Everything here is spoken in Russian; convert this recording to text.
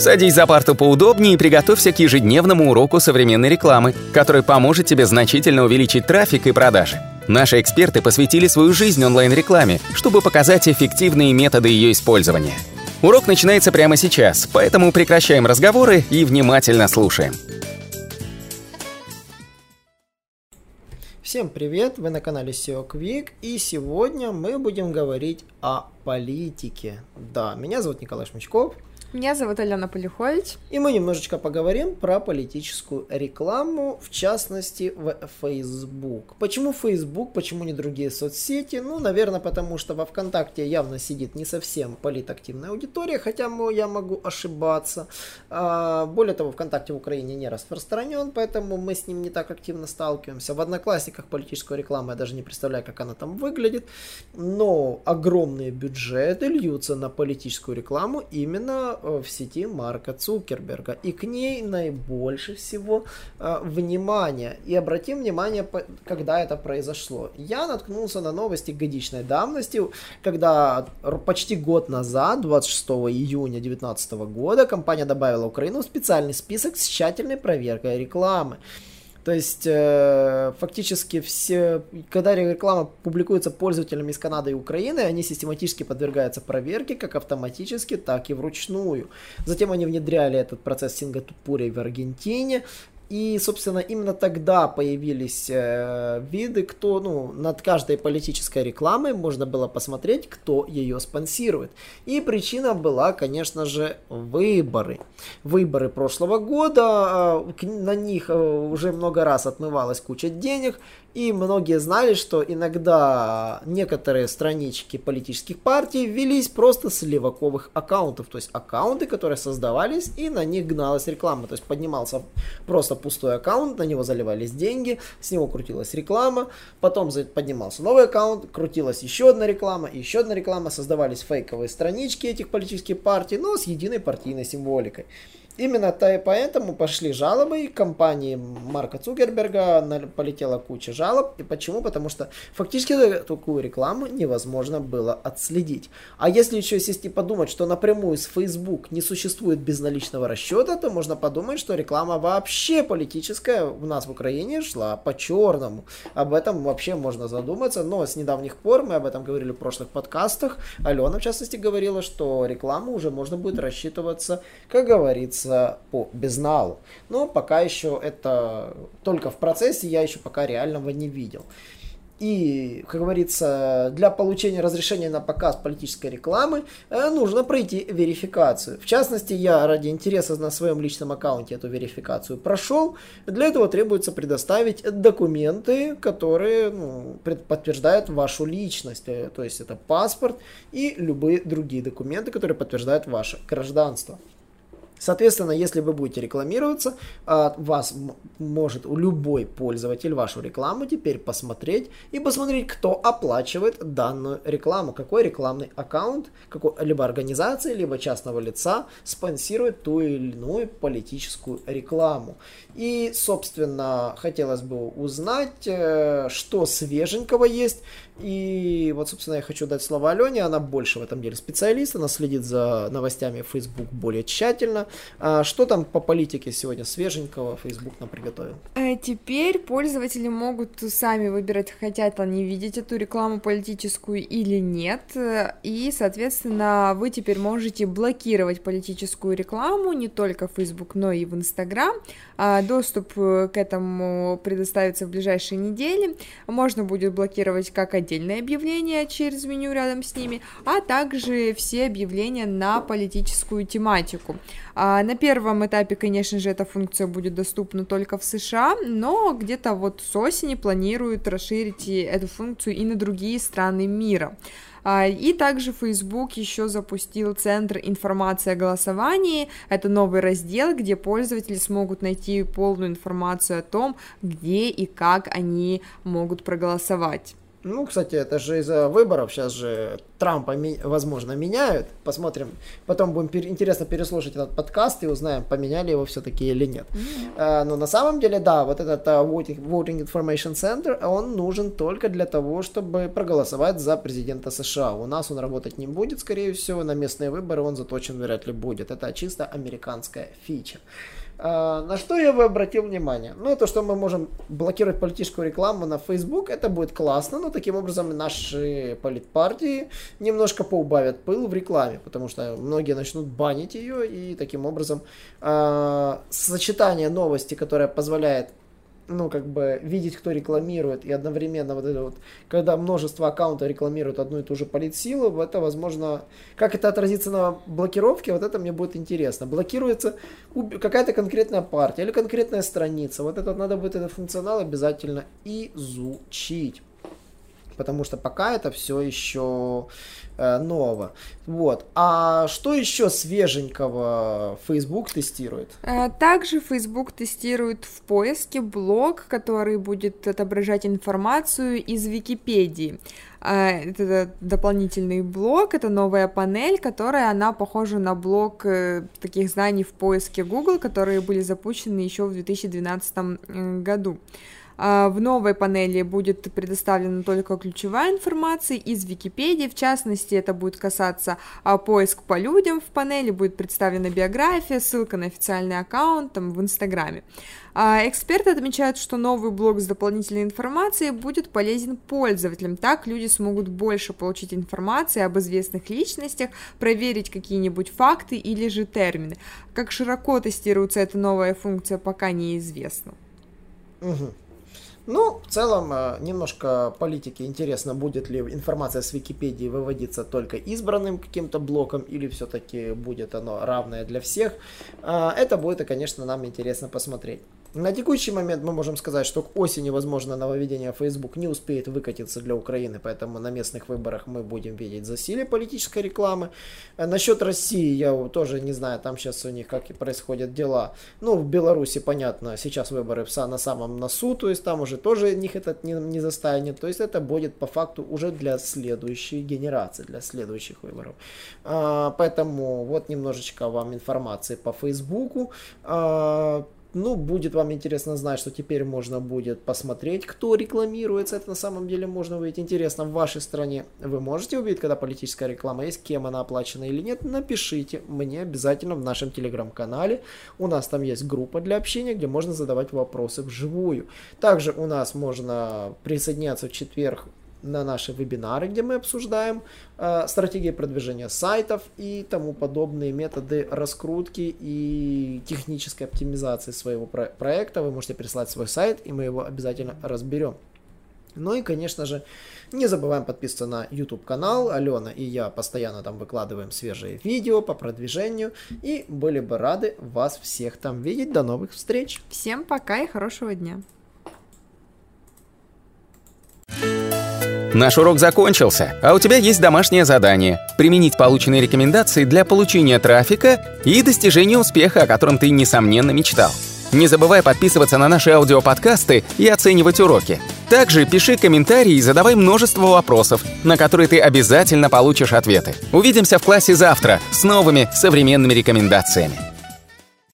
Садись за парту поудобнее и приготовься к ежедневному уроку современной рекламы, который поможет тебе значительно увеличить трафик и продажи. Наши эксперты посвятили свою жизнь онлайн-рекламе, чтобы показать эффективные методы ее использования. Урок начинается прямо сейчас, поэтому прекращаем разговоры и внимательно слушаем. Всем привет! Вы на канале SEO Quick, и сегодня мы будем говорить о политике. Да, меня зовут Николай Шмычков. Меня зовут Алена Полюхович. И мы немножечко поговорим про политическую рекламу, в частности, в Facebook. Почему Facebook, почему не другие соцсети? Ну, наверное, потому что во ВКонтакте явно сидит не совсем политактивная аудитория, хотя я могу ошибаться. Более того, ВКонтакте в Украине не распространен, поэтому мы с ним не так активно сталкиваемся. В Одноклассниках политическую рекламу я даже не представляю, как она там выглядит. Но огромные бюджеты льются на политическую рекламу именно в сети Марка Цукерберга, и к ней наибольше всего внимания. И обратим внимание, когда это произошло. Я наткнулся на новости годичной давности, когда почти год назад, 26 июня 2019 года, компания добавила Украину в специальный список с тщательной проверкой рекламы. То есть, фактически, когда реклама публикуется пользователями из Канады и Украины, они систематически подвергаются проверке, как автоматически, так и вручную. Затем они внедряли этот процесс в Сингапуре и в Аргентине. И, собственно, именно тогда появились виды, над каждой политической рекламой можно было посмотреть, кто ее спонсирует. И причина была, конечно же, выборы. Выборы прошлого года, на них уже много раз отмывалась куча денег, и многие знали, что иногда некоторые странички политических партий велись просто с леваковых аккаунтов, то есть аккаунты, которые создавались, и на них гналась реклама. То есть поднимался просто пустой аккаунт, на него заливались деньги, с него крутилась реклама, потом поднимался новый аккаунт, крутилась еще одна реклама, создавались фейковые странички этих политических партий, но с единой партийной символикой. Именно поэтому пошли жалобы, и компании Марка Цукерберга полетела куча жалоб. И почему? Потому что фактически такую рекламу невозможно было отследить. А если еще сесть и подумать, что напрямую с Facebook не существует безналичного расчета, то можно подумать, что реклама вообще политическая у нас в Украине шла по-черному. Об этом вообще можно задуматься, но с недавних пор, мы об этом говорили в прошлых подкастах, Алена, в частности, говорила, что рекламу уже можно будет рассчитываться, как говорится, по безналу. Но пока еще это только в процессе, я еще пока реального не видел. И, как говорится, для получения разрешения на показ политической рекламы нужно пройти верификацию. В частности, я ради интереса на своем личном аккаунте эту верификацию прошел. Для этого требуется предоставить документы, которые подтверждают вашу личность. То есть это паспорт и любые другие документы, которые подтверждают ваше гражданство. Соответственно, если вы будете рекламироваться, вас может любой пользователь вашу рекламу теперь посмотреть, кто оплачивает данную рекламу, какой рекламный аккаунт, либо организации, либо частного лица спонсирует ту или иную политическую рекламу. И, собственно, хотелось бы узнать, что свеженького есть. И вот, собственно, я хочу дать слово Алене, она больше в этом деле специалист, она следит за новостями Facebook более тщательно. Что там по политике сегодня свеженького Facebook нам приготовил? Теперь пользователи могут сами выбирать, хотят они видеть эту рекламу политическую или нет, и, соответственно, вы теперь можете блокировать политическую рекламу не только в Facebook, но и в Instagram. Доступ к этому предоставится в ближайшие недели. Можно будет блокировать как отдельные объявления через меню рядом с ними, а также все объявления на политическую тематику. На первом этапе, конечно же, эта функция будет доступна только в США, но где-то вот с осени планируют расширить эту функцию и на другие страны мира. И также Facebook еще запустил Центр информации о голосовании. Это новый раздел, где пользователи смогут найти полную информацию о том, где и как они могут проголосовать. Ну, кстати, это же из-за выборов. Сейчас же Трампа, возможно, меняют. Посмотрим. Потом будем интересно переслушать этот подкаст и узнаем, поменяли его все-таки или нет. Но на самом деле, да, вот этот Voting Information Center, он нужен только для того, чтобы проголосовать за президента США. У нас он работать не будет, скорее всего. На местные выборы он заточен вряд ли будет. Это чисто американская фича. На что я бы обратил внимание? Ну, то, что мы можем блокировать политическую рекламу на Facebook, это будет классно, но таким образом наши политпартии немножко поубавят пыл в рекламе, потому что многие начнут банить ее, и таким образом сочетание новости, которое позволяет видеть, кто рекламирует, и одновременно вот это вот, когда множество аккаунтов рекламируют одну и ту же политсилу, это возможно, как это отразится на блокировке, вот это мне будет интересно. Блокируется какая-то конкретная партия или конкретная страница, вот это надо будет этот функционал обязательно изучить. Потому что пока это все еще ново. Вот. А что еще свеженького Facebook тестирует? Также Facebook тестирует в поиске блок, который будет отображать информацию из Википедии. Это дополнительный блок, это новая панель, она похожа на блок таких знаний в поиске Google, которые были запущены еще в 2012 году. В новой панели будет предоставлена только ключевая информация из Википедии, в частности, это будет касаться поиск по людям в панели, будет представлена биография, ссылка на официальный аккаунт в Инстаграме. Эксперты отмечают, что новый блок с дополнительной информацией будет полезен пользователям, так люди смогут больше получить информации об известных личностях, проверить какие-нибудь факты или же термины. Как широко тестируется эта новая функция, пока неизвестно. Ну, в целом, немножко политики. Интересно, будет ли информация с Википедии выводиться только избранным каким-то блоком, или все-таки будет оно равное для всех. Это будет, конечно, нам интересно посмотреть. На текущий момент мы можем сказать, что к осени, возможно, нововведение Facebook не успеет выкатиться для Украины, поэтому на местных выборах мы будем видеть засилие политической рекламы. Насчет России я тоже не знаю, там сейчас у них как и происходят дела. Ну, в Беларуси, понятно, сейчас выборы на самом носу, то есть там уже тоже них этот не застанет, то есть это будет по факту уже для следующей генерации, для следующих выборов. Поэтому вот немножечко вам информации по Фейсбуку. Ну, будет вам интересно знать, что теперь можно будет посмотреть, кто рекламируется. Это на самом деле можно увидеть. Интересно, в вашей стране вы можете увидеть, когда политическая реклама есть, кем она оплачена или нет? Напишите мне обязательно в нашем телеграм-канале. У нас там есть группа для общения, где можно задавать вопросы вживую. Также у нас можно присоединяться в четверг на наши вебинары, где мы обсуждаем стратегии продвижения сайтов и тому подобные методы раскрутки и технической оптимизации своего проекта. Вы можете прислать свой сайт, и мы его обязательно разберем. Ну и, конечно же, не забываем подписываться на YouTube канал. Алена и я постоянно там выкладываем свежие видео по продвижению, и были бы рады вас всех там видеть. До новых встреч! Всем пока и хорошего дня! Наш урок закончился, а у тебя есть домашнее задание – применить полученные рекомендации для получения трафика и достижения успеха, о котором ты, несомненно, мечтал. Не забывай подписываться на наши аудиоподкасты и оценивать уроки. Также пиши комментарии и задавай множество вопросов, на которые ты обязательно получишь ответы. Увидимся в классе завтра с новыми современными рекомендациями.